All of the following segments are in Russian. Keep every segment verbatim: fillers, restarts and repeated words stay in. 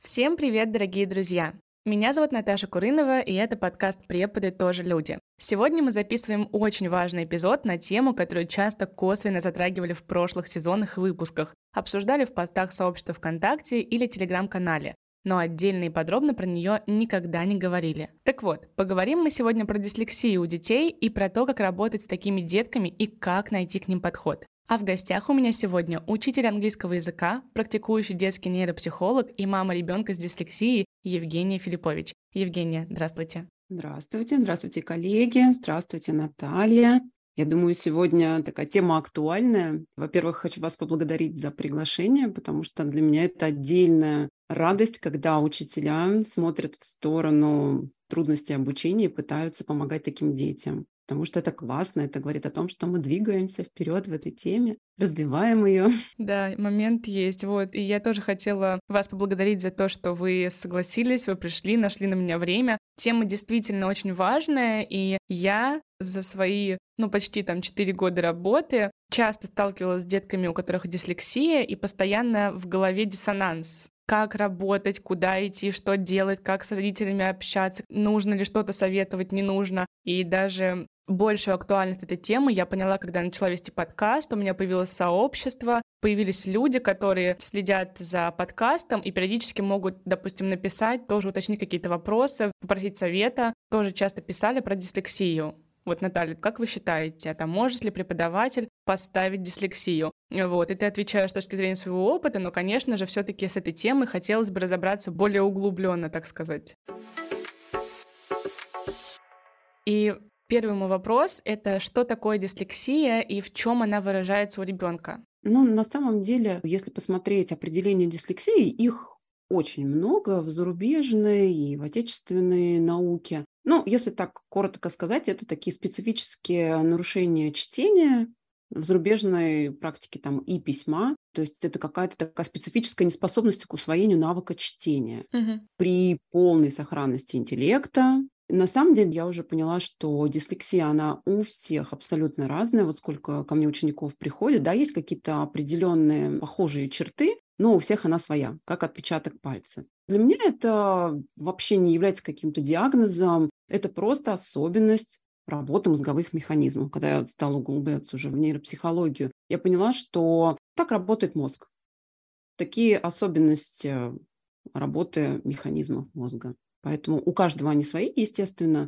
Всем привет, дорогие друзья! Меня зовут Наташа Курынова, и это подкаст «Преподы тоже люди». Сегодня мы записываем очень важный эпизод на тему, которую часто косвенно затрагивали в прошлых сезонах и выпусках, обсуждали в постах сообщества ВКонтакте или Телеграм-канале, но отдельно и подробно про нее никогда не говорили. Так вот, поговорим мы сегодня про дислексию у детей и про то, как работать с такими детками и как найти к ним подход. А в гостях у меня сегодня учитель английского языка, практикующий детский нейропсихолог и мама ребенка с дислексией Евгения Филиппович. Евгения, здравствуйте. Здравствуйте, здравствуйте, коллеги, здравствуйте, Наталья. Я думаю, сегодня такая тема актуальная. Во-первых, хочу вас поблагодарить за приглашение, потому что для меня это отдельная радость, когда учителя смотрят в сторону трудностей обучения и пытаются помогать таким детям. Потому что это классно, это говорит о том, что мы двигаемся вперед в этой теме, развиваем ее. Да, момент есть. Вот. И я тоже хотела вас поблагодарить за то, что вы согласились, вы пришли, нашли на меня время. Тема действительно очень важная, и я за свои, ну, почти там четыре года работы часто сталкивалась с детками, у которых дислексия, и постоянно в голове диссонанс. Как работать, куда идти, что делать, как с родителями общаться, нужно ли что-то советовать, не нужно. И даже большую актуальность этой темы я поняла, когда начала вести подкаст, у меня появилось сообщество, появились люди, которые следят за подкастом и периодически могут, допустим, написать, тоже уточнить какие-то вопросы, попросить совета. Тоже часто писали про дислексию. Вот, Наталья, как вы считаете, а может ли преподаватель поставить дислексию? Вот, и ты отвечаешь с точки зрения своего опыта, но, конечно же, все-таки с этой темой хотелось бы разобраться более углубленно, так сказать. И первый мой вопрос — это что такое дислексия и в чем она выражается у ребенка? Ну, на самом деле, если посмотреть определение дислексии, их очень много в зарубежной и в отечественной науке. Ну, если так коротко сказать, это такие специфические нарушения чтения, в зарубежной практике там и письма, то есть это какая-то такая специфическая неспособность к усвоению навыка чтения Угу. при полной сохранности интеллекта. На самом деле я уже поняла, что дислексия, она у всех абсолютно разная. Вот сколько ко мне учеников приходит, да, есть какие-то определенные похожие черты, но у всех она своя, как отпечаток пальца. Для меня это вообще не является каким-то диагнозом, это просто особенность работы мозговых механизмов. Когда я стала углубляться уже в нейропсихологию, я поняла, что так работает мозг. Такие особенности работы механизмов мозга. Поэтому у каждого они свои, естественно.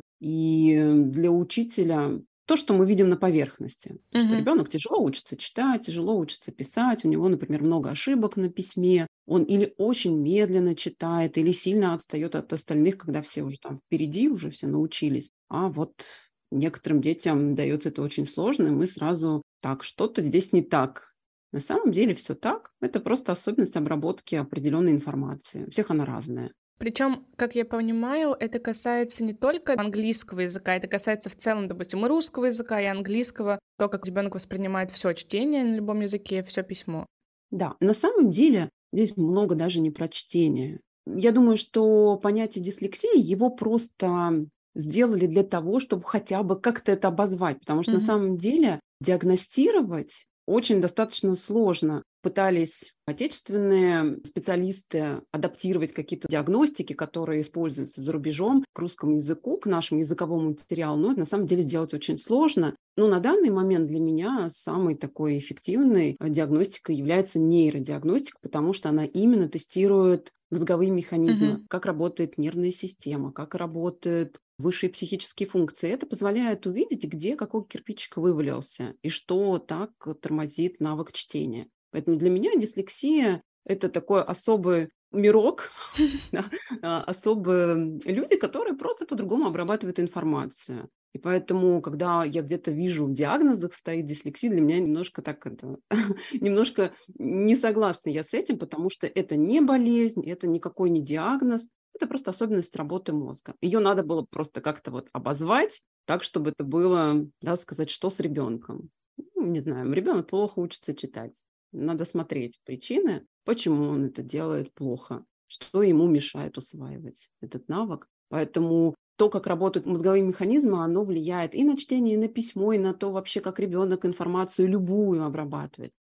И для учителя то, что мы видим на поверхности, Угу. что ребенок тяжело учится читать, тяжело учится писать, у него, например, много ошибок на письме, он или очень медленно читает, или сильно отстает от остальных, когда все уже там впереди, уже все научились. А вот некоторым детям дается это очень сложно, и мы сразу так, что-то здесь не так. На самом деле все так. Это просто особенность обработки определенной информации. У всех она разная. Причем, как я понимаю, это касается не только английского языка, это касается в целом, допустим, и русского языка, и английского, то, как ребенок воспринимает все чтение на любом языке, все письмо. Да, на самом деле здесь много даже не про чтение. Я думаю, что понятие дислексии, его просто сделали для того, чтобы хотя бы как-то это обозвать, потому что Мгм. на самом деле диагностировать очень достаточно сложно. Пытались отечественные специалисты адаптировать какие-то диагностики, которые используются за рубежом, к русскому языку, к нашему языковому материалу. Но это на самом деле сделать очень сложно. Но на данный момент для меня самой такой эффективной диагностикой является нейродиагностика, потому что она именно тестирует мозговые механизмы, Мгм. как работает нервная система, как работают высшие психические функции. Это позволяет увидеть, где какой кирпичик вывалился и что так тормозит навык чтения. Поэтому для меня дислексия – это такой особый мирок, да, а, особые люди, которые просто по-другому обрабатывают информацию. И поэтому, когда я где-то вижу в диагнозах стоит дислексия, для меня немножко так это, немножко не согласна я с этим, потому что это не болезнь, это никакой не диагноз, это просто особенность работы мозга. Ее надо было просто как-то вот обозвать так, чтобы это было, да, сказать, что с ребенком. Ну, не знаю, ребенок плохо учится читать. Надо смотреть причины, почему он это делает плохо, что ему мешает усваивать этот навык. Поэтому то, как работают мозговые механизмы, оно влияет и на чтение, и на письмо, и на то вообще, как ребенок информацию любую обрабатывает.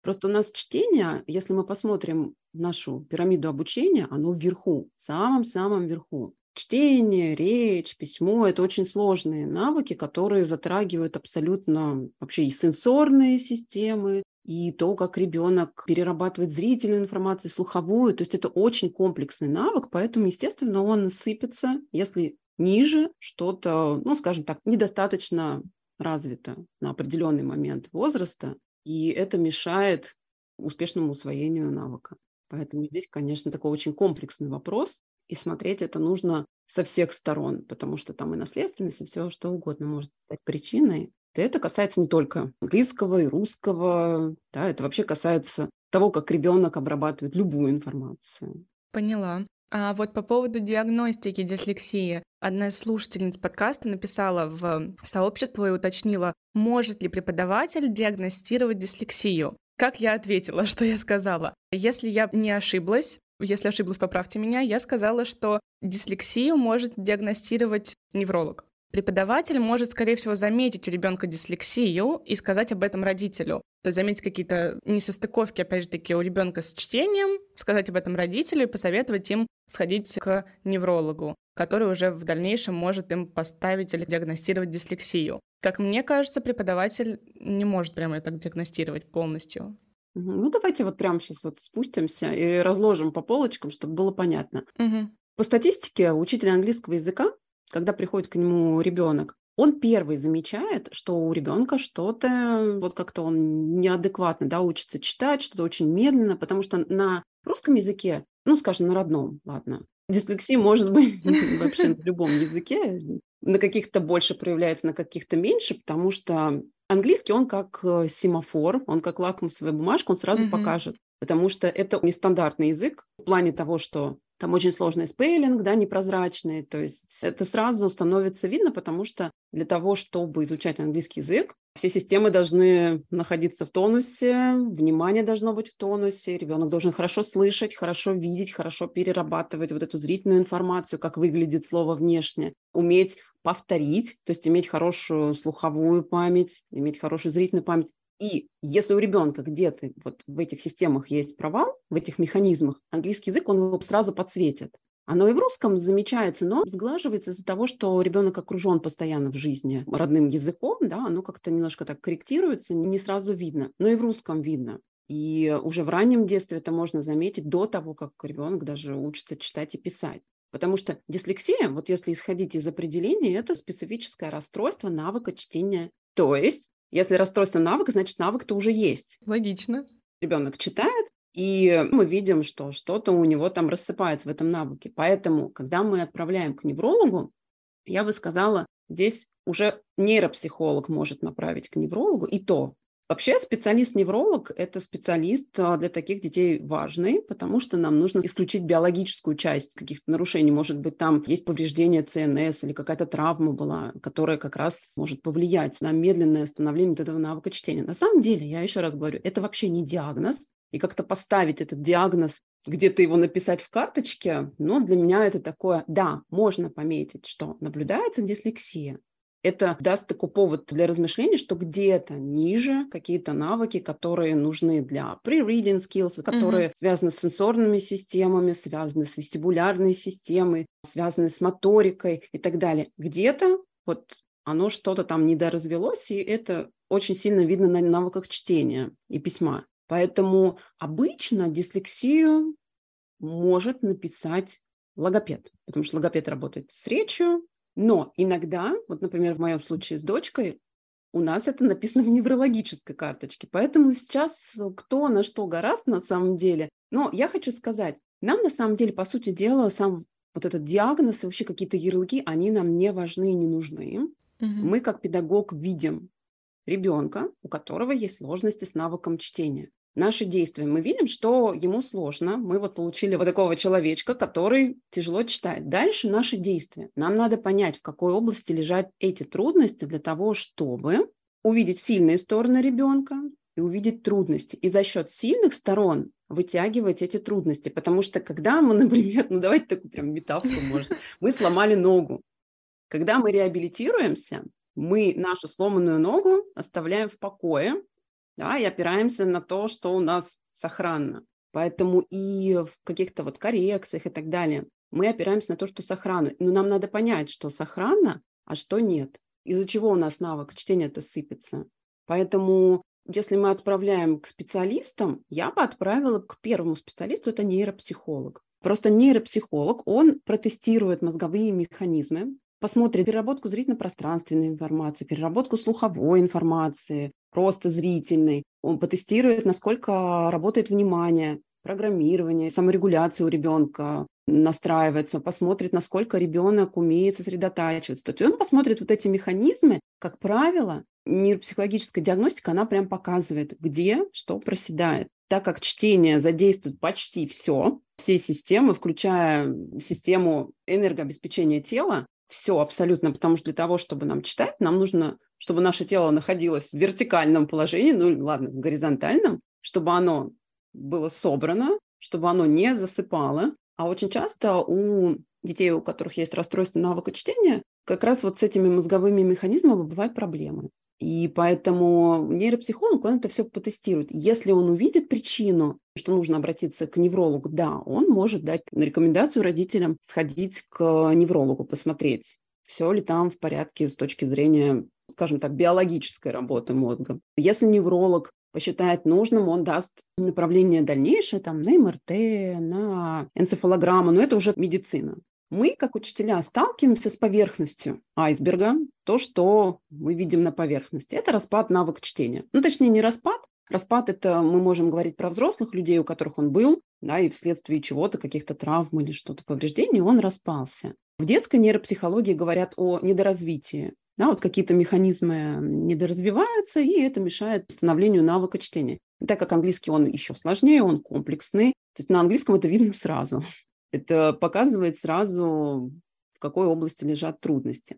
Просто у нас чтение, если мы посмотрим нашу пирамиду обучения, оно вверху, в самом-самом верху. Чтение, речь, письмо – это очень сложные навыки, которые затрагивают абсолютно вообще и сенсорные системы, и то, как ребенок перерабатывает зрительную информацию, слуховую. То есть это очень комплексный навык, поэтому, естественно, он сыпется, если ниже что-то, ну, скажем так, недостаточно развито на определенный момент возраста, и это мешает успешному усвоению навыка. Поэтому здесь, конечно, такой очень комплексный вопрос, и смотреть это нужно со всех сторон, потому что там и наследственность, и все что угодно может стать причиной. И это касается не только английского и русского, да, это вообще касается того, как ребенок обрабатывает любую информацию. Поняла. А вот по поводу диагностики дислексии. Одна из слушательниц подкаста написала в сообщество и уточнила, может ли преподаватель диагностировать дислексию. Как я ответила, что я сказала? Если я не ошиблась, если ошиблась, поправьте меня, я сказала, что дислексию может диагностировать невролог. Преподаватель может, скорее всего, заметить у ребенка дислексию и сказать об этом родителю. То есть заметить какие-то несостыковки, опять же таки, у ребенка с чтением, сказать об этом родителю и посоветовать им сходить к неврологу, который уже в дальнейшем может им поставить или диагностировать дислексию. Как мне кажется, преподаватель не может прямо это диагностировать полностью. Ну, давайте вот прямо сейчас вот спустимся и разложим по полочкам, чтобы было понятно. Угу. По статистике учителя английского языка, когда приходит к нему ребенок, он первый замечает, что у ребенка что-то, вот как-то он неадекватно, да, учится читать, что-то очень медленно, потому что на русском языке, ну, скажем, на родном, ладно, дислексия может быть вообще на любом языке, на каких-то больше проявляется, на каких-то меньше, потому что английский, он как семафор, он как лакмусовая бумажка, он сразу Мгм. покажет, потому что это нестандартный язык в плане того, что там очень сложный спеллинг, да, непрозрачный, то есть это сразу становится видно, потому что для того, чтобы изучать английский язык, все системы должны находиться в тонусе, внимание должно быть в тонусе, ребенок должен хорошо слышать, хорошо видеть, хорошо перерабатывать вот эту зрительную информацию, как выглядит слово внешне, уметь повторить, то есть иметь хорошую слуховую память, иметь хорошую зрительную память. И если у ребенка где-то вот в этих системах есть провал, в этих механизмах, английский язык, он его сразу подсветит. Оно и в русском замечается, но сглаживается из-за того, что ребенок окружен постоянно в жизни родным языком, да, оно как-то немножко так корректируется, не сразу видно, но и в русском видно. И уже в раннем детстве это можно заметить до того, как ребенок даже учится читать и писать. Потому что дислексия, вот если исходить из определения, это специфическое расстройство навыка чтения. То есть, если расстройство навыка, значит, навык-то уже есть. Логично. Ребенок читает, и мы видим, что что-то у него там рассыпается в этом навыке. Поэтому, когда мы отправляем к неврологу, я бы сказала, здесь уже нейропсихолог может направить к неврологу, и то. Вообще специалист-невролог – это специалист для таких детей важный, потому что нам нужно исключить биологическую часть каких-то нарушений. Может быть, там есть повреждение ЦНС или какая-то травма была, которая как раз может повлиять на медленное становление вот этого навыка чтения. На самом деле, я еще раз говорю, это вообще не диагноз. И как-то поставить этот диагноз, где-то его написать в карточке, но для меня это такое, да, можно пометить, что наблюдается дислексия. Это даст такой повод для размышлений, что где-то ниже какие-то навыки, которые нужны для pre-reading skills, которые mm-hmm. связаны с сенсорными системами, связаны с вестибулярной системой, связаны с моторикой и так далее. Где-то вот оно что-то там недоразвелось, и это очень сильно видно на навыках чтения и письма. Поэтому обычно дислексию может написать логопед, потому что логопед работает с речью, но иногда, вот, например, в моем случае с дочкой, у нас это написано в неврологической карточке. Поэтому сейчас кто на что горазд на самом деле. Но я хочу сказать, нам на самом деле, по сути дела, сам вот этот диагноз и вообще какие-то ярлыки, они нам не важны и не нужны. Угу. Мы как педагог видим ребенка, у которого есть сложности с навыком чтения. Наши действия. Мы видим, что ему сложно. Мы вот получили вот такого человечка, который тяжело читает. Дальше наши действия. Нам надо понять, в какой области лежат эти трудности для того, чтобы увидеть сильные стороны ребенка и увидеть трудности. И за счет сильных сторон вытягивать эти трудности. Потому что когда мы, например, ну давайте такую прям метафору, может, мы сломали ногу. Когда мы реабилитируемся, мы нашу сломанную ногу оставляем в покое, да, и опираемся на то, что у нас сохранно. Поэтому и в каких-то вот коррекциях и так далее мы опираемся на то, что сохранно. Но нам надо понять, что сохранно, а что нет. Из-за чего у нас навык чтения-то сыпется. Поэтому если мы отправляем к специалистам, я бы отправила к первому специалисту, это нейропсихолог. Просто нейропсихолог, он протестирует мозговые механизмы, посмотрит переработку зрительно-пространственной информации, переработку слуховой информации, просто зрительной. Он потестирует, насколько работает внимание, программирование, саморегуляция у ребенка настраивается, посмотрит, насколько ребенок умеет сосредотачиваться. То есть он посмотрит вот эти механизмы, как правило, нейропсихологическая диагностика, она прям показывает, где что проседает. Так как чтение задействует почти все, все системы, включая систему энергообеспечения тела, все абсолютно, потому что для того, чтобы нам читать, нам нужно, чтобы наше тело находилось в вертикальном положении, ну ладно, в горизонтальном, чтобы оно было собрано, чтобы оно не засыпало. А очень часто у детей, у которых есть расстройство навыка чтения, как раз вот с этими мозговыми механизмами бывают проблемы. И поэтому нейропсихолог, он это все потестирует. Если он увидит причину, что нужно обратиться к неврологу, да, он может дать рекомендацию родителям сходить к неврологу, посмотреть, все ли там в порядке с точки зрения, скажем так, биологической работы мозга. Если невролог посчитает нужным, он даст направление дальнейшее там, на эм эр тэ, на энцефалограмму, но это уже медицина. Мы, как учителя, сталкиваемся с поверхностью айсберга, то, что мы видим на поверхности. Это распад навыка чтения. Ну, точнее, не распад. Распад – это мы можем говорить про взрослых людей, у которых он был, да, и вследствие чего-то, каких-то травм или что-то повреждений, он распался. В детской нейропсихологии говорят о недоразвитии. Да, вот какие-то механизмы недоразвиваются, и это мешает становлению навыка чтения. И так как английский, он еще сложнее, он комплексный. То есть на английском это видно сразу. Это показывает сразу, в какой области лежат трудности.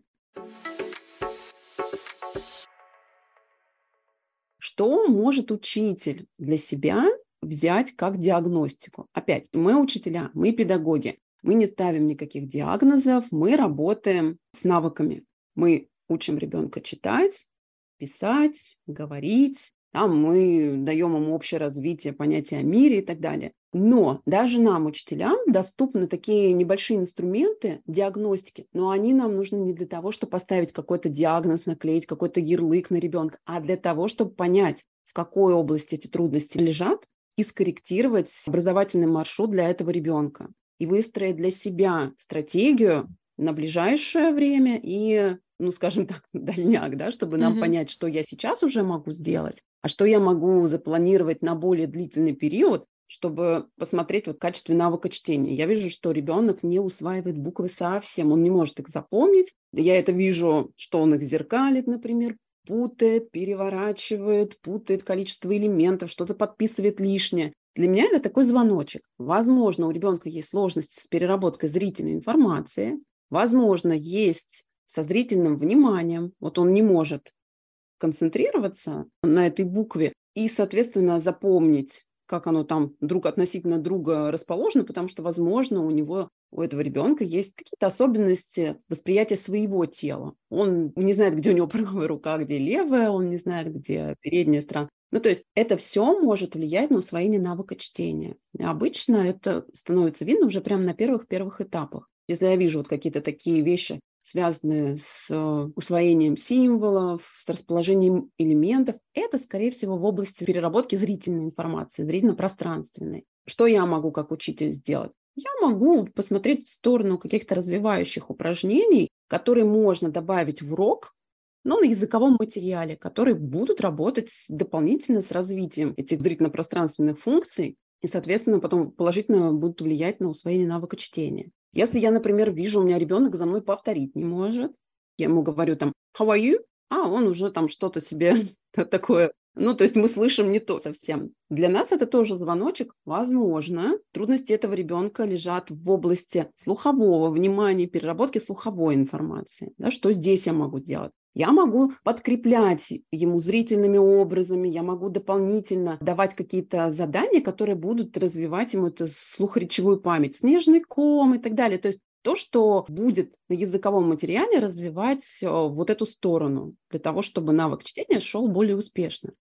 Что может учитель для себя взять как диагностику? Опять, мы учителя, мы педагоги. Мы не ставим никаких диагнозов, мы работаем с навыками. Мы учим ребенка читать, писать, говорить. Там мы даем ему общее развитие понятия о мире и так далее. Но даже нам, учителям, доступны такие небольшие инструменты диагностики, но они нам нужны не для того, чтобы поставить какой-то диагноз, наклеить какой-то ярлык на ребенка, а для того, чтобы понять, в какой области эти трудности лежат, и скорректировать образовательный маршрут для этого ребенка. И выстроить для себя стратегию на ближайшее время и, ну, скажем так, дальняк, да, чтобы нам Мгм. понять, что я сейчас уже могу сделать, а что я могу запланировать на более длительный период, чтобы посмотреть вот качество навыка чтения. Я вижу, что ребенок не усваивает буквы совсем, он не может их запомнить. Я это вижу, что он их зеркалит, например, путает, переворачивает, путает количество элементов, что-то подписывает лишнее. Для меня это такой звоночек. Возможно, у ребенка есть сложности с переработкой зрительной информации, возможно, есть со зрительным вниманием. Вот он не может концентрироваться на этой букве и, соответственно, запомнить, как оно там друг относительно друга расположено, потому что, возможно, у него, у этого ребенка есть какие-то особенности восприятия своего тела. Он не знает, где у него правая рука, где левая, он не знает, где передняя сторона. Ну, то есть это все может влиять на усвоение навыка чтения. И обычно это становится видно уже прямо на первых-первых этапах. Если я вижу вот какие-то такие вещи, связанные с усвоением символов, с расположением элементов, это, скорее всего, в области переработки зрительной информации, зрительно-пространственной. Что я могу как учитель сделать? Я могу посмотреть в сторону каких-то развивающих упражнений, которые можно добавить в урок, но на языковом материале, которые будут работать дополнительно с развитием этих зрительно-пространственных функций и, соответственно, потом положительно будут влиять на усвоение навыка чтения. Если я, например, вижу, у меня ребенок за мной повторить не может, я ему говорю там «How are you?», а он уже там что-то себе такое. Ну, то есть мы слышим не то совсем. Для нас это тоже звоночек. Возможно, трудности этого ребенка лежат в области слухового внимания, переработки слуховой информации. Да, что здесь я могу делать? Я могу подкреплять ему зрительными образами, я могу дополнительно давать какие-то задания, которые будут развивать ему эту слухоречевую память, снежный ком и так далее. То есть то, что будет на языковом материале развивать вот эту сторону для того, чтобы навык чтения шел более успешно.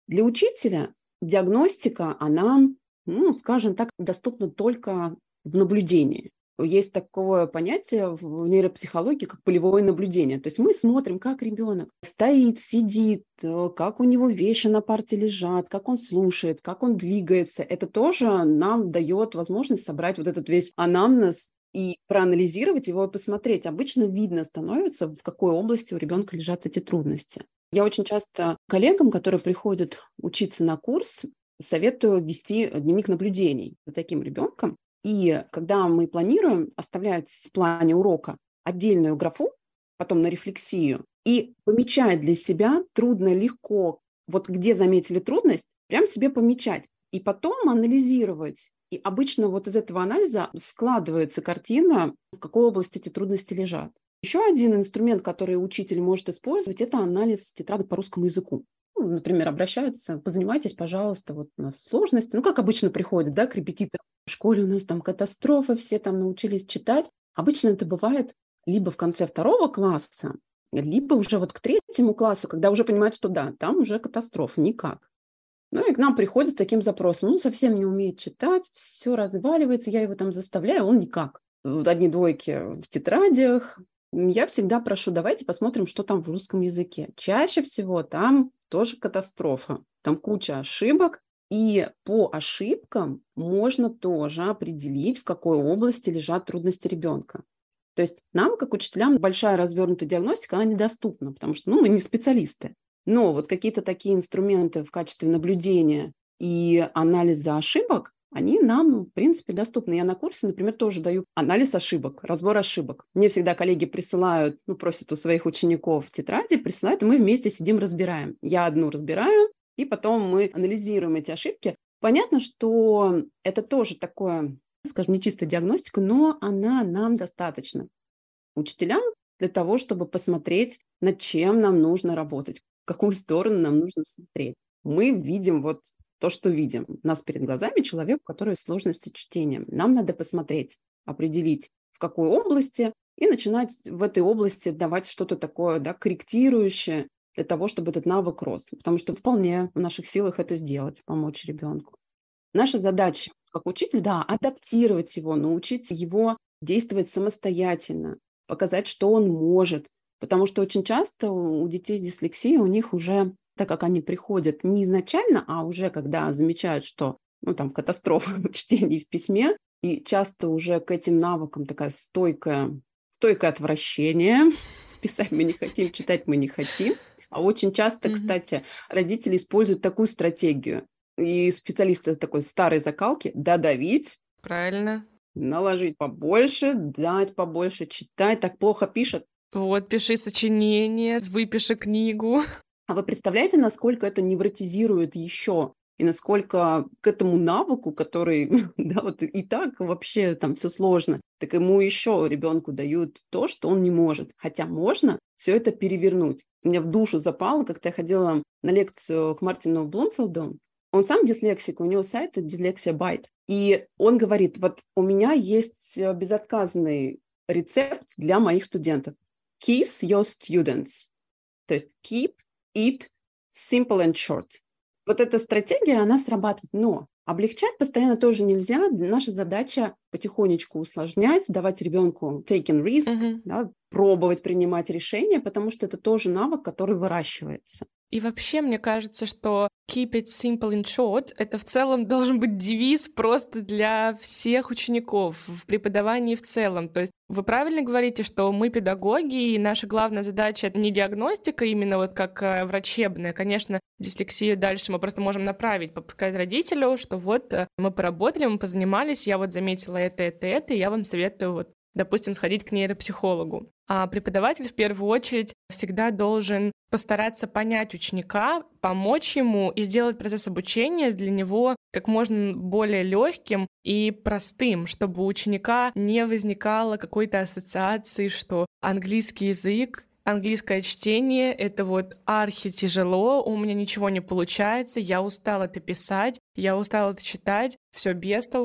Для учителя диагностика, она, ну, скажем так, доступна только в наблюдении. Есть такое понятие в нейропсихологии, как полевое наблюдение. То есть мы смотрим, как ребенок стоит, сидит, как у него вещи на парте лежат, как он слушает, как он двигается. Это тоже нам дает возможность собрать вот этот весь анамнез и проанализировать его и посмотреть. Обычно видно становится, в какой области у ребенка лежат эти трудности. Я очень часто коллегам, которые приходят учиться на курс, советую вести дневник наблюдений за таким ребенком. И когда мы планируем оставлять в плане урока отдельную графу, потом на рефлексию, и помечать для себя трудно, легко, вот где заметили трудность, прям себе помечать. И потом анализировать. И обычно вот из этого анализа складывается картина, в какой области эти трудности лежат. Еще один инструмент, который учитель может использовать, это анализ тетрадок по русскому языку. Ну, например, обращаются, позанимайтесь, пожалуйста, вот у нас сложности. Ну, как обычно приходят, да, к репетиторам. В школе у нас там катастрофа, все там научились читать. Обычно это бывает либо в конце второго класса, либо уже вот к третьему классу, когда уже понимают, что да, там уже катастрофа, никак. Ну и к нам приходит с таким запросом. Ну, совсем не умеет читать, все разваливается, я его там заставляю, он никак. Одни двойки в тетрадях. Я всегда прошу, давайте посмотрим, что там в русском языке. Чаще всего там тоже катастрофа. Там куча ошибок. И по ошибкам можно тоже определить, в какой области лежат трудности ребенка. То есть нам, как учителям, большая развернутая диагностика, она недоступна, потому что ну, мы не специалисты. Но вот какие-то такие инструменты в качестве наблюдения и анализа ошибок, они нам, в принципе, доступны. Я на курсе, например, тоже даю анализ ошибок, разбор ошибок. Мне всегда коллеги присылают, ну, просят у своих учеников тетради, присылают, и мы вместе сидим, разбираем. Я одну разбираю, и потом мы анализируем эти ошибки. Понятно, что это тоже такое, скажем, не чистая диагностика, но она нам достаточна. Учителям для того, чтобы посмотреть, над чем нам нужно работать, в какую сторону нам нужно смотреть. Мы видим вот то, что видим. У нас перед глазами человек, у которого сложности с чтением. Нам надо посмотреть, определить, в какой области, и начинать в этой области давать что-то такое, да, корректирующее для того, чтобы этот навык рос. Потому что вполне в наших силах это сделать, помочь ребенку. Наша задача, как учитель, да, адаптировать его, научить его действовать самостоятельно, показать, что он может. Потому что очень часто у детей с дислексией, у них уже, так как они приходят не изначально, а уже когда замечают, что ну, там, катастрофа в чтении и в письме, и часто уже к этим навыкам такая стойкая, стойкое отвращение. Писать мы не хотим, читать мы не хотим. А очень часто, mm-hmm. кстати, родители используют такую стратегию. И специалисты такой старой закалки – додавить. Правильно. Наложить побольше, дать побольше, читать. Так плохо пишет. Вот, пиши сочинение, выпиши книгу. А вы представляете, насколько это невротизирует еще? И насколько к этому навыку, который, да, вот и так вообще там все сложно, так ему еще ребенку дают то, что он не может. Хотя можно все это перевернуть. У меня в душу запало, как-то я ходила на лекцию к Мартину Блумфилду. Он сам дислексик, у него сайт «Дислексия Байт». И он говорит, вот у меня есть безотказный рецепт для моих студентов. Kiss your students. То есть keep it simple and short. Вот эта стратегия, она срабатывает, но облегчать постоянно тоже нельзя. Наша задача потихонечку усложнять, давать ребенку taking risk, uh-huh. да, пробовать принимать решения, потому что это тоже навык, который выращивается. И вообще, мне кажется, что keep it simple and short — это в целом должен быть девиз просто для всех учеников в преподавании в целом. То есть вы правильно говорите, что мы педагоги, и наша главная задача — это не диагностика именно вот как врачебная. Конечно, дислексию дальше мы просто можем направить, показать родителю, что вот мы поработали, мы позанимались, я вот заметила это, это, это, и я вам советую вот, допустим, сходить к нейропсихологу. А преподаватель в первую очередь всегда должен постараться понять ученика, помочь ему и сделать процесс обучения для него как можно более легким и простым, чтобы у ученика не возникало какой-то ассоциации, что английский язык, английское чтение — это вот архи тяжело, у меня ничего не получается, я устала это писать, я устала это читать, все без толку.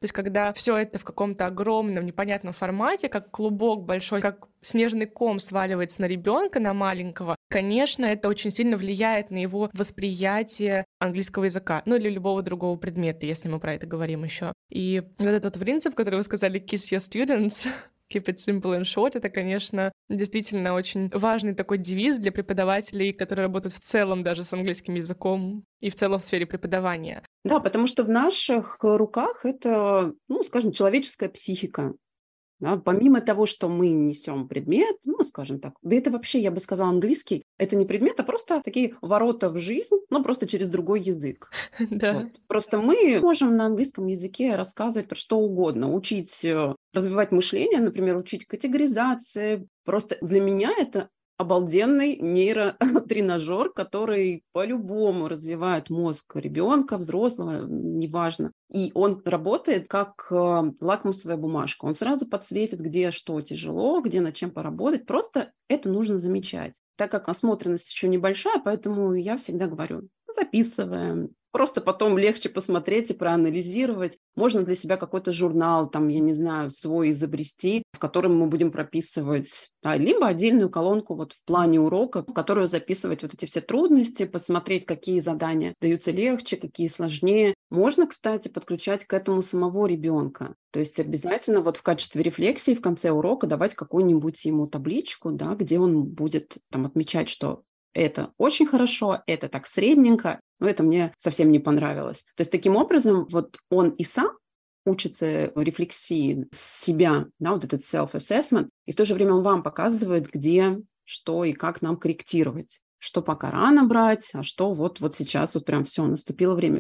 То есть когда все это в каком-то огромном непонятном формате, как клубок большой, как снежный ком сваливается на ребенка, на маленького, конечно, это очень сильно влияет на его восприятие английского языка, ну или любого другого предмета, если мы про это говорим еще. И вот этот принцип, который вы сказали, kiss your students, keep it simple and short, это, конечно, действительно очень важный такой девиз для преподавателей, которые работают в целом даже с английским языком и в целом в сфере преподавания. Да, потому что в наших руках это, ну, скажем, человеческая психика. Да, помимо того, что мы несем предмет, ну, скажем так, да это вообще, я бы сказала, английский, это не предмет, а просто такие ворота в жизнь, но просто через другой язык. Да. Вот. Просто мы можем на английском языке рассказывать про что угодно, учить, э, развивать мышление, например, учить категоризации. Просто для меня это обалденный нейротренажер, который по-любому развивает мозг ребенка, взрослого, неважно. И он работает как э, лакмусовая бумажка. Он сразу подсветит, где что тяжело, где над чем поработать. Просто это нужно замечать. Так как осмотренность еще небольшая, поэтому я всегда говорю, записываем. Просто потом легче посмотреть и проанализировать. Можно для себя какой-то журнал, там, я не знаю, свой изобрести, в котором мы будем прописывать, да, либо отдельную колонку вот в плане урока, в которую записывать вот эти все трудности, посмотреть, какие задания даются легче, какие сложнее. Можно, кстати, подключать к этому самого ребенка. То есть обязательно вот в качестве рефлексии в конце урока давать какую-нибудь ему табличку, да, где он будет там отмечать, что это очень хорошо, это так средненько, но это мне совсем не понравилось. То есть таким образом вот он и сам учится рефлексии себя, да, вот этот self-assessment, и в то же время он вам показывает, где, что и как нам корректировать, что пока рано брать, а что вот, вот сейчас вот прям все, наступило время.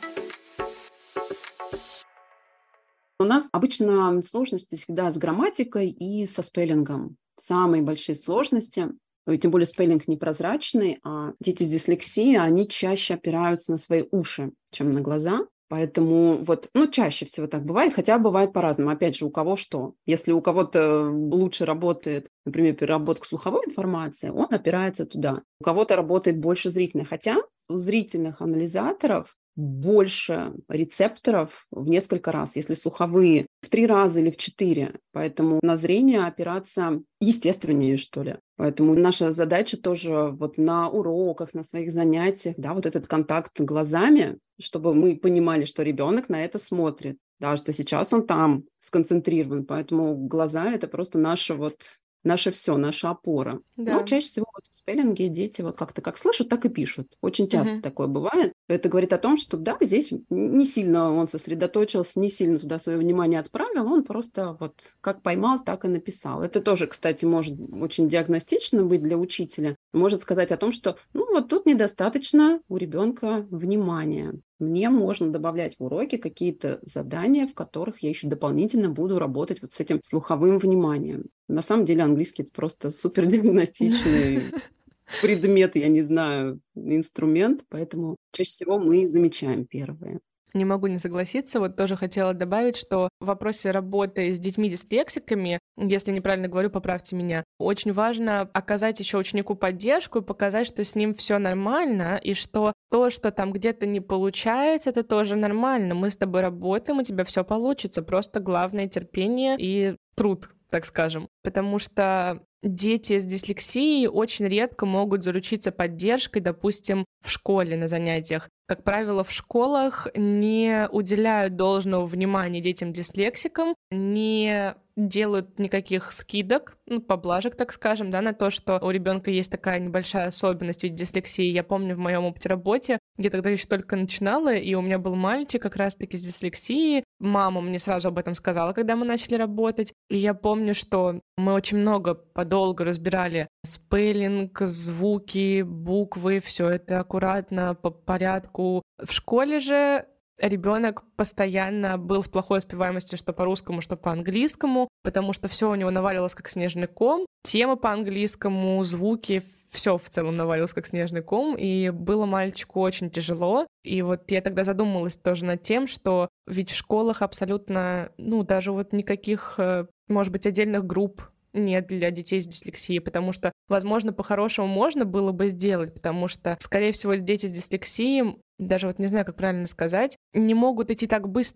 У нас обычно сложности всегда с грамматикой и со спеллингом. Самые большие сложности. И тем более спеллинг непрозрачный, а дети с дислексией, они чаще опираются на свои уши, чем на глаза. Поэтому вот, ну, чаще всего так бывает, хотя бывает по-разному. Опять же, у кого что. Если у кого-то лучше работает, например, переработка слуховой информации, он опирается туда. У кого-то работает больше зрительной. Хотя у зрительных анализаторов больше рецепторов в несколько раз, если слуховые в три раза или в четыре. Поэтому на зрение опираться естественнее, что ли. Поэтому наша задача тоже вот на уроках, на своих занятиях, да, вот этот контакт глазами, чтобы мы понимали, что ребенок на это смотрит, да, что сейчас он там сконцентрирован. Поэтому глаза – это просто наше вот наше все, наша опора. Да. Но чаще всего вот в спеллинге дети вот как-то как слышат, так и пишут. Очень часто Мгм. такое бывает. Это говорит о том, что да, здесь не сильно он сосредоточился, не сильно туда свое внимание отправил, он просто вот как поймал, так и написал. Это тоже, кстати, может очень диагностично быть для учителя. Может сказать о том, что ну вот тут недостаточно у ребенка внимания. Мне можно добавлять в уроки какие-то задания, в которых я еще дополнительно буду работать вот с этим слуховым вниманием. На самом деле английский – это просто супердиагностичный предмет, я не знаю, инструмент, поэтому чаще всего мы замечаем первые. Не могу не согласиться. Вот тоже хотела добавить, что в вопросе работы с детьми-дислексиками, если неправильно говорю, поправьте меня, очень важно оказать еще ученику поддержку и показать, что с ним все нормально, и что то, что там где-то не получается, это тоже нормально. Мы с тобой работаем, у тебя все получится. Просто главное терпение и труд, так скажем. Потому что дети с дислексией очень редко могут заручиться поддержкой, допустим, в школе на занятиях. Как правило, в школах не уделяют должного внимания детям-дислексикам, не делают никаких скидок, ну, поблажек, так скажем, да, на то, что у ребенка есть такая небольшая особенность в виде дислексии. Я помню в моем опыте работе, я тогда еще только начинала, и у меня был мальчик как раз-таки с дислексией. Мама мне сразу об этом сказала, когда мы начали работать. И я помню, что мы очень много подолгу разбирали спеллинг, звуки, буквы, все это аккуратно, по порядку. В школе же ребенок постоянно был с плохой успеваемостью что по-русскому, что по-английскому, потому что все у него навалилось как снежный ком. Темы по-английскому, звуки, все в целом навалилось как снежный ком, и было мальчику очень тяжело. И вот я тогда задумалась тоже над тем, что ведь в школах абсолютно, ну, даже вот никаких, может быть, отдельных групп нет для детей с дислексией, потому что, возможно, по-хорошему можно было бы сделать, потому что, скорее всего, дети с дислексией, даже вот не знаю, как правильно сказать, не могут идти так быстро.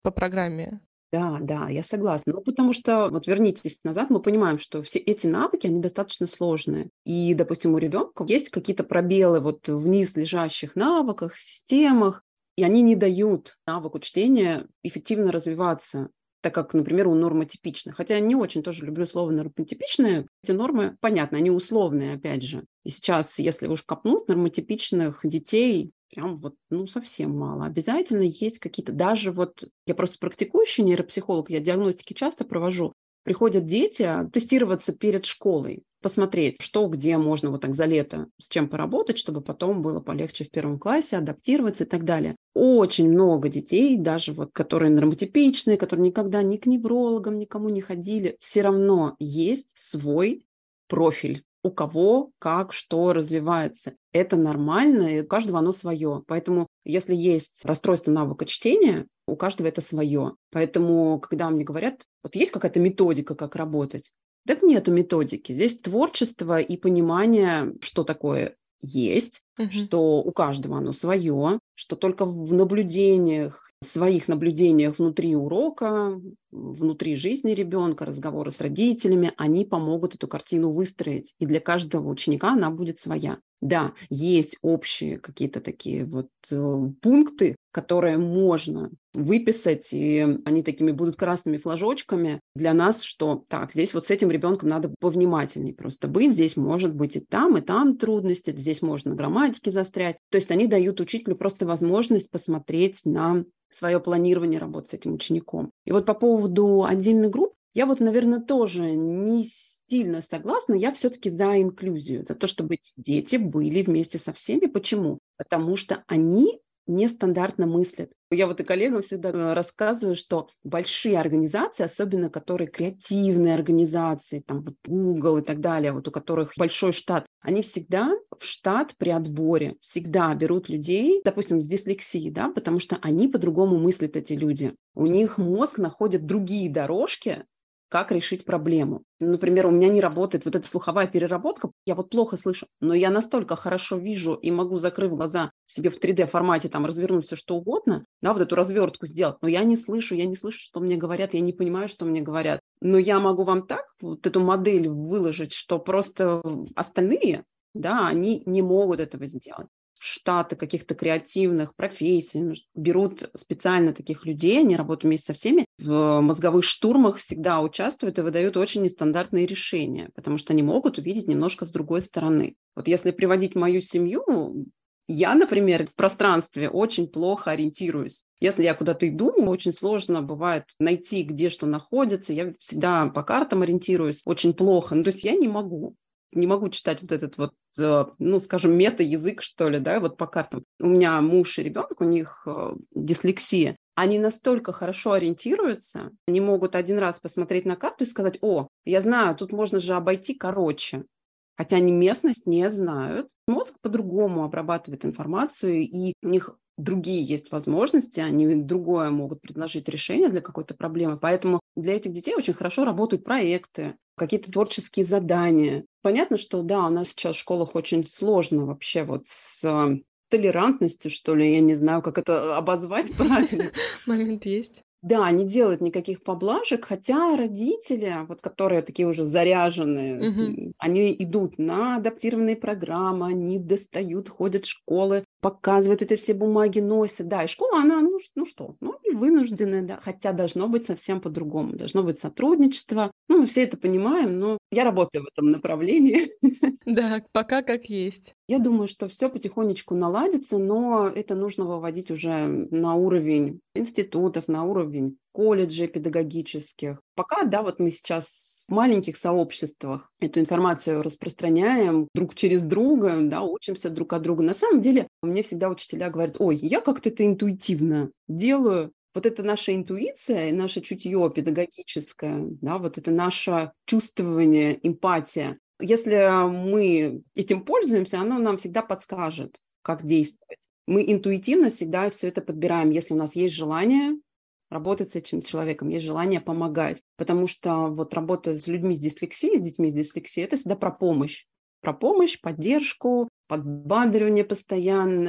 по программе. Да, да, я согласна. Ну, потому что, вот вернитесь назад, мы понимаем, что все эти навыки, они достаточно сложные. И, допустим, у ребенка есть какие-то пробелы вот в низ лежащих навыках, системах, и они не дают навыку чтения эффективно развиваться, так как, например, у нормотипичных. Хотя я не очень тоже люблю слово нормотипичные. Эти нормы, понятно, они условные, опять же. И сейчас, если уж копнуть, нормотипичных детей прям вот, ну, совсем мало. Обязательно есть какие-то, даже вот, я просто практикующий нейропсихолог, я диагностики часто провожу. Приходят дети тестироваться перед школой, посмотреть, что, где можно вот так за лето с чем поработать, чтобы потом было полегче в первом классе, адаптироваться и так далее. Очень много детей, даже вот, которые нормотипичные, которые никогда ни к неврологам, никому не ходили, все равно есть свой профиль. У кого, как, что развивается. Это нормально, и у каждого оно свое. Поэтому, если есть расстройство навыка чтения, у каждого это свое. Поэтому, когда мне говорят, вот есть какая-то методика, как работать, так нету методики. Здесь творчество и понимание, что такое есть, Мгм. что у каждого оно свое, что только в наблюдениях, своих наблюдениях внутри урока, внутри жизни ребенка, разговоры с родителями, они помогут эту картину выстроить. И для каждого ученика она будет своя. Да, есть общие какие-то такие вот э, пункты, которые можно выписать, и они такими будут красными флажочками для нас, что так, здесь вот с этим ребенком надо повнимательнее просто быть, здесь может быть и там, и там трудности, здесь можно на грамматике застрять. То есть они дают учителю просто возможность посмотреть на свое планирование работы с этим учеником. И вот по поводу отдельных групп, я вот, наверное, тоже не сильно согласна, я все-таки за инклюзию, за то, чтобы эти дети были вместе со всеми. Почему? Потому что они нестандартно мыслят. Я вот и коллегам всегда рассказываю, что большие организации, особенно которые креативные организации, там вот Google и так далее, вот у которых большой штат, они всегда в штат при отборе всегда берут людей, допустим, с дислексией, да, потому что они по-другому мыслят, эти люди. У них мозг находит другие дорожки, как решить проблему. Например, у меня не работает вот эта слуховая переработка, я вот плохо слышу, но я настолько хорошо вижу и могу, закрыв глаза, себе в три дэ формате там развернуть все что угодно, да, вот эту развертку сделать, но я не слышу, я не слышу, что мне говорят, я не понимаю, что мне говорят. Но я могу вам так вот эту модель выложить, что просто остальные, да, они не могут этого сделать. В штаты каких-то креативных профессий берут специально таких людей, они работают вместе со всеми, в мозговых штурмах всегда участвуют и выдают очень нестандартные решения, потому что они могут увидеть немножко с другой стороны. Вот если приводить мою семью, я, например, в пространстве очень плохо ориентируюсь. Если я куда-то иду, очень сложно бывает найти, где что находится. Я всегда по картам ориентируюсь очень плохо. Ну, то есть я не могу. Не могу читать вот этот вот, ну, скажем, мета-язык, что ли, да, вот по картам. У меня муж и ребенок, у них дислексия. Они настолько хорошо ориентируются, они могут один раз посмотреть на карту и сказать: о, я знаю, тут можно же обойти короче. Хотя они местность не знают. Мозг по-другому обрабатывает информацию, и у них другие есть возможности, они другое могут предложить решение для какой-то проблемы. Поэтому для этих детей очень хорошо работают проекты, какие-то творческие задания. Понятно, что да, у нас сейчас в школах очень сложно вообще вот с толерантностью, что ли, я не знаю, как это обозвать правильно. Момент есть. Да, не делают никаких поблажек, хотя родители, вот которые такие уже заряженные, Мгм. они идут на адаптированные программы, они достают, ходят в школы, показывают это все бумаги, носят. Да, и школа, она, ну, ш- ну что, ну и вынужденная, да, хотя должно быть совсем по-другому, должно быть сотрудничество. Ну, мы все это понимаем, но я работаю в этом направлении. Да, пока как есть. Я думаю, что все потихонечку наладится, но это нужно выводить уже на уровень институтов, на уровень колледжей педагогических. Пока, да, вот мы сейчас в маленьких сообществах эту информацию распространяем друг через друга, да, учимся друг от друга. На самом деле, мне всегда учителя говорят: ой, я как-то это интуитивно делаю. Вот это наша интуиция и наше чутье педагогическое, да, вот это наше чувствование, эмпатия. Если мы этим пользуемся, оно нам всегда подскажет, как действовать. Мы интуитивно всегда все это подбираем, если у нас есть желание работать с этим человеком, есть желание помогать. Потому что вот работа с людьми с дислексией, с детьми с дислексией, это всегда про помощь. Про помощь, поддержку, подбадривание постоянное.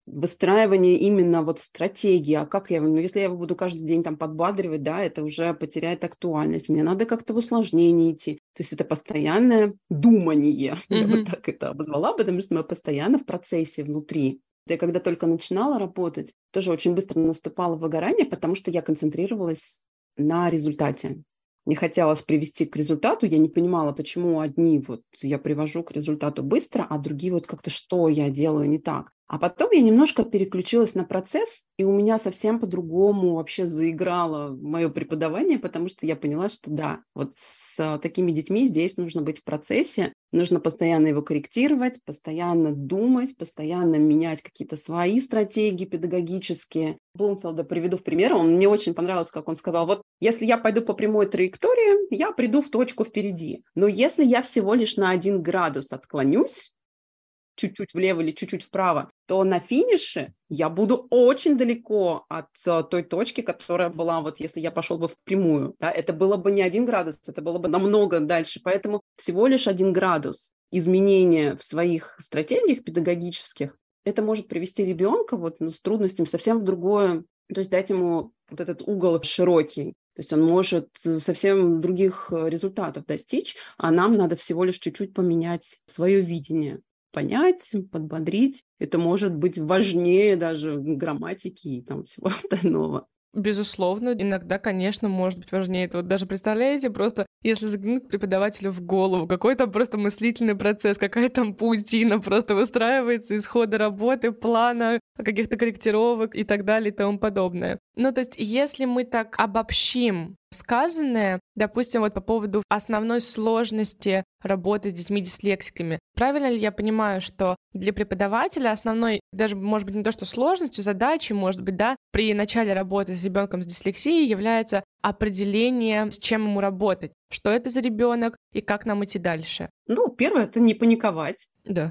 выстраивание именно вот стратегии, а как я, ну, если я его буду каждый день там подбадривать, да, это уже потеряет актуальность, мне надо как-то в усложнение идти, то есть это постоянное думание, я бы Мгм. так это обозвала, потому что мы постоянно в процессе внутри. Я когда только начинала работать, тоже очень быстро наступало выгорание, потому что я концентрировалась на результате. Мне хотелось привести к результату, я не понимала, почему одни вот я привожу к результату быстро, а другие вот как-то что я делаю не так. А потом я немножко переключилась на процесс, и у меня совсем по-другому вообще заиграло мое преподавание, потому что я поняла, что да, вот с такими детьми здесь нужно быть в процессе, нужно постоянно его корректировать, постоянно думать, постоянно менять какие-то свои стратегии педагогические. Блумфилда приведу в пример, он мне очень понравился, как он сказал, вот если я пойду по прямой траектории, я приду в точку впереди, но если я всего лишь на один градус отклонюсь, чуть-чуть влево или чуть-чуть вправо, то на финише я буду очень далеко от uh, той точки, которая была, вот если я пошел бы впрямую. Да, это было бы не один градус, это было бы намного дальше. Поэтому всего лишь один градус изменения в своих стратегиях педагогических, это может привести ребенка вот, ну, с трудностями совсем в другое, то есть дать ему вот этот угол широкий. То есть он может совсем других результатов достичь, а нам надо всего лишь чуть-чуть поменять свое видение. Понять, подбодрить. Это может быть важнее даже грамматики и там всего остального. Безусловно, иногда, конечно, может быть важнее. Это вот даже представляете, просто если заглянуть к преподавателю в голову, какой там просто мыслительный процесс, какая там паутина просто выстраивается из хода работы, плана, каких-то корректировок и так далее и тому подобное. Ну, то есть, если мы так обобщим сказанное, допустим, вот по поводу основной сложности работы с детьми-дислексиками, правильно ли я понимаю, что для преподавателя основной, даже, может быть, не то, что сложностью, задачей, может быть, да, при начале работы с ребенком с дислексией является определение, с чем ему работать, что это за ребенок и как нам идти дальше? Ну, первое, это не паниковать. Да.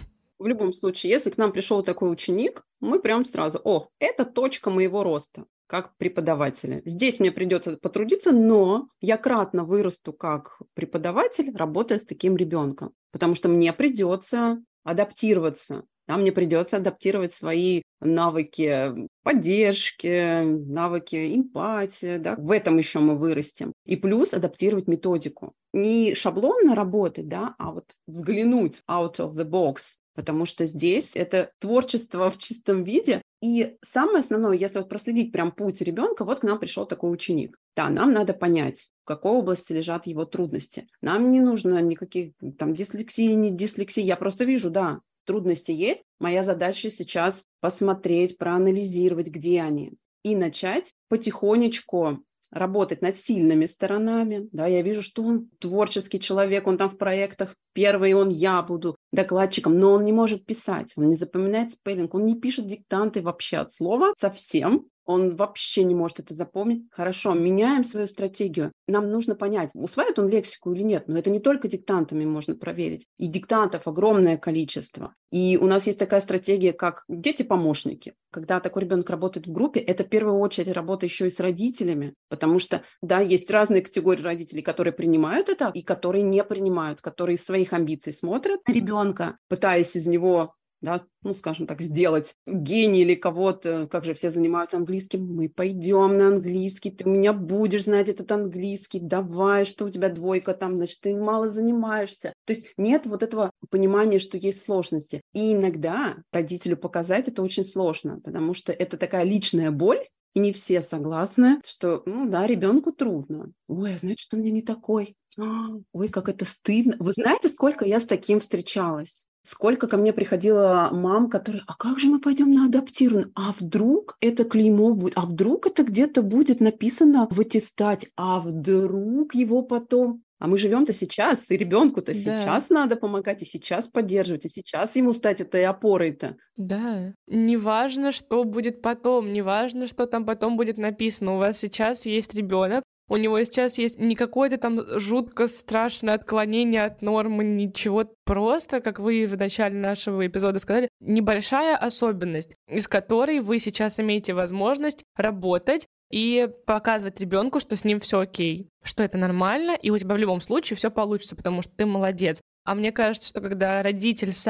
В любом случае, если к нам пришел такой ученик, мы прям сразу, о, это точка моего роста как преподавателя. Здесь мне придется потрудиться, но я кратно вырасту как преподаватель, работая с таким ребенком, потому что мне придется адаптироваться. Да, мне придется адаптировать свои навыки поддержки, навыки эмпатии. Да. В этом еще мы вырастем. И плюс адаптировать методику. Не шаблонно работать, да, а вот взглянуть out of the box. Потому что здесь это творчество в чистом виде. И самое основное, если вот проследить прям путь ребенка, вот к нам пришел такой ученик. Да, нам надо понять, в какой области лежат его трудности. Нам не нужно никаких там дислексии, не дислексии. Я просто вижу, да, трудности есть. Моя задача сейчас посмотреть, проанализировать, где они. И начать потихонечку работать над сильными сторонами. Да, я вижу, что он творческий человек, он там в проектах первый, он я буду докладчиком, но он не может писать, он не запоминает спеллинг, он не пишет диктанты вообще от слова совсем. Он вообще не может это запомнить. Хорошо, меняем свою стратегию. Нам нужно понять, усваивает он лексику или нет. Но это не только диктантами можно проверить. И диктантов огромное количество. И у нас есть такая стратегия, как дети-помощники. Когда такой ребенок работает в группе, это в первую очередь работа еще и с родителями. Потому что, да, есть разные категории родителей, которые принимают это и которые не принимают, которые из своих амбиций смотрят на ребенка, пытаясь из него... Да, ну, скажем так, сделать гений или кого-то, как же все занимаются английским, мы пойдем на английский, ты у меня будешь знать этот английский, давай, что у тебя двойка там, значит, ты мало занимаешься. То есть нет вот этого понимания, что есть сложности. И иногда родителю показать это очень сложно, потому что это такая личная боль, и не все согласны, что, ну да, ребенку трудно. Ой, а значит, он у меня не такой. А, ой, как это стыдно. Вы знаете, сколько я с таким встречалась? Сколько ко мне приходило мам, которые, а как же мы пойдем на адаптированную? А вдруг это клеймо будет? А вдруг это где-то будет написано в аттестате? А вдруг его потом... А мы живем-то сейчас, и ребенку-то Да. сейчас надо помогать, и сейчас поддерживать, и сейчас ему стать этой опорой-то. Да. Неважно, что будет потом, неважно, что там потом будет написано. У вас сейчас есть ребенок, у него сейчас есть не какое-то там жутко страшное отклонение от нормы, ничего. Просто, как вы в начале нашего эпизода сказали, небольшая особенность, из которой вы сейчас имеете возможность работать и показывать ребенку, что с ним все окей, что это нормально, и у тебя в любом случае все получится, потому что ты молодец. А мне кажется, что когда родитель сам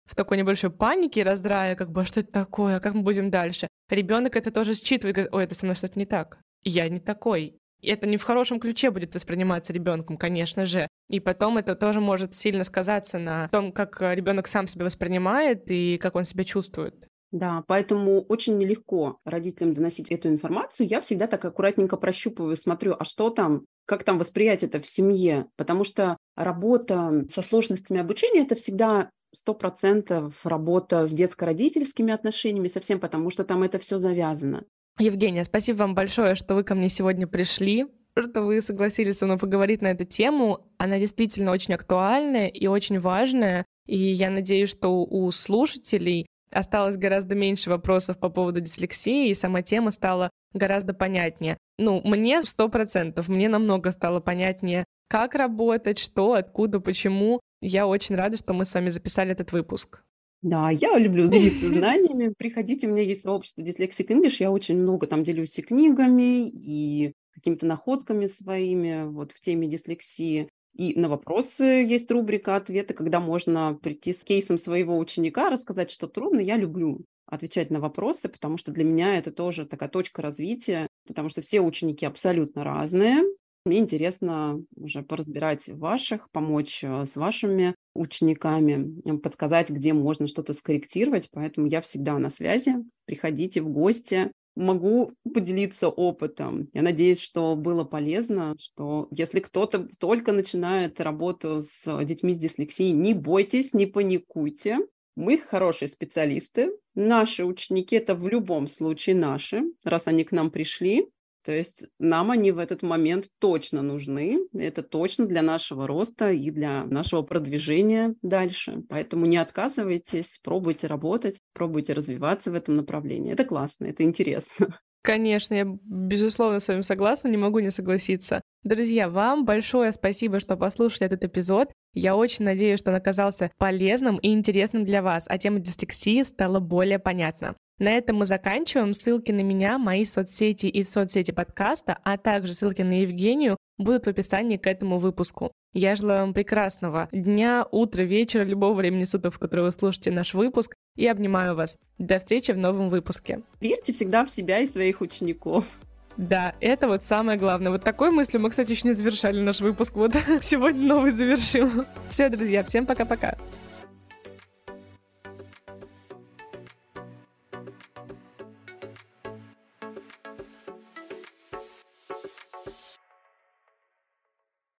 в такой небольшой панике и раздрае, как бы, а что это такое, а как мы будем дальше. Ребенок это тоже считывает, говорит, ой, это со мной что-то не так, я не такой. И это не в хорошем ключе будет восприниматься ребенком, конечно же. И потом это тоже может сильно сказаться на том, как ребенок сам себя воспринимает и как он себя чувствует. Да, поэтому очень нелегко родителям доносить эту информацию. Я всегда так аккуратненько прощупываю, смотрю, а что там, как там восприятие это в семье. Потому что работа со сложностями обучения – это всегда сто процентов работа с детско-родительскими отношениями совсем, потому что там это все завязано. Евгения, спасибо вам большое, что вы ко мне сегодня пришли, что вы согласились со мной поговорить на эту тему. Она действительно очень актуальная и очень важная. И я надеюсь, что у слушателей осталось гораздо меньше вопросов по поводу дислексии, и сама тема стала гораздо понятнее. Ну, мне сто процентов, мне намного стало понятнее, как работать, что, откуда, почему. Я очень рада, что мы с вами записали этот выпуск. Да, я люблю делиться знаниями. Приходите, у меня есть сообщество Dyslexic English, я очень много там делюсь и книгами, и какими-то находками своими вот в теме дислексии. И на вопросы есть рубрика «Ответы», когда можно прийти с кейсом своего ученика, рассказать, что трудно. Я люблю отвечать на вопросы, потому что для меня это тоже такая точка развития, потому что все ученики абсолютно разные. Мне интересно уже поразбирать ваших, помочь с вашими учениками, подсказать, где можно что-то скорректировать. Поэтому я всегда на связи. Приходите в гости. Могу поделиться опытом. Я надеюсь, что было полезно, что если кто-то только начинает работу с детьми с дислексией, не бойтесь, не паникуйте. Мы хорошие специалисты. Наши ученики – это в любом случае наши, раз они к нам пришли. То есть нам они в этот момент точно нужны. Это точно для нашего роста и для нашего продвижения дальше. Поэтому не отказывайтесь, пробуйте работать, пробуйте развиваться в этом направлении. Это классно, это интересно. Конечно, я безусловно с вами согласна, не могу не согласиться. Друзья, вам большое спасибо, что послушали этот эпизод. Я очень надеюсь, что он оказался полезным и интересным для вас, а тема дислексии стала более понятна. На этом мы заканчиваем. Ссылки на меня, мои соцсети и соцсети подкаста, а также ссылки на Евгению будут в описании к этому выпуску. Я желаю вам прекрасного дня, утра, вечера, любого времени суток, в которое вы слушаете наш выпуск, и обнимаю вас. До встречи в новом выпуске. Верьте всегда в себя и своих учеников. Да, это вот самое главное. Вот такой мыслью мы, кстати, еще не завершали наш выпуск. Вот сегодня новый завершим. Все, друзья, всем пока-пока.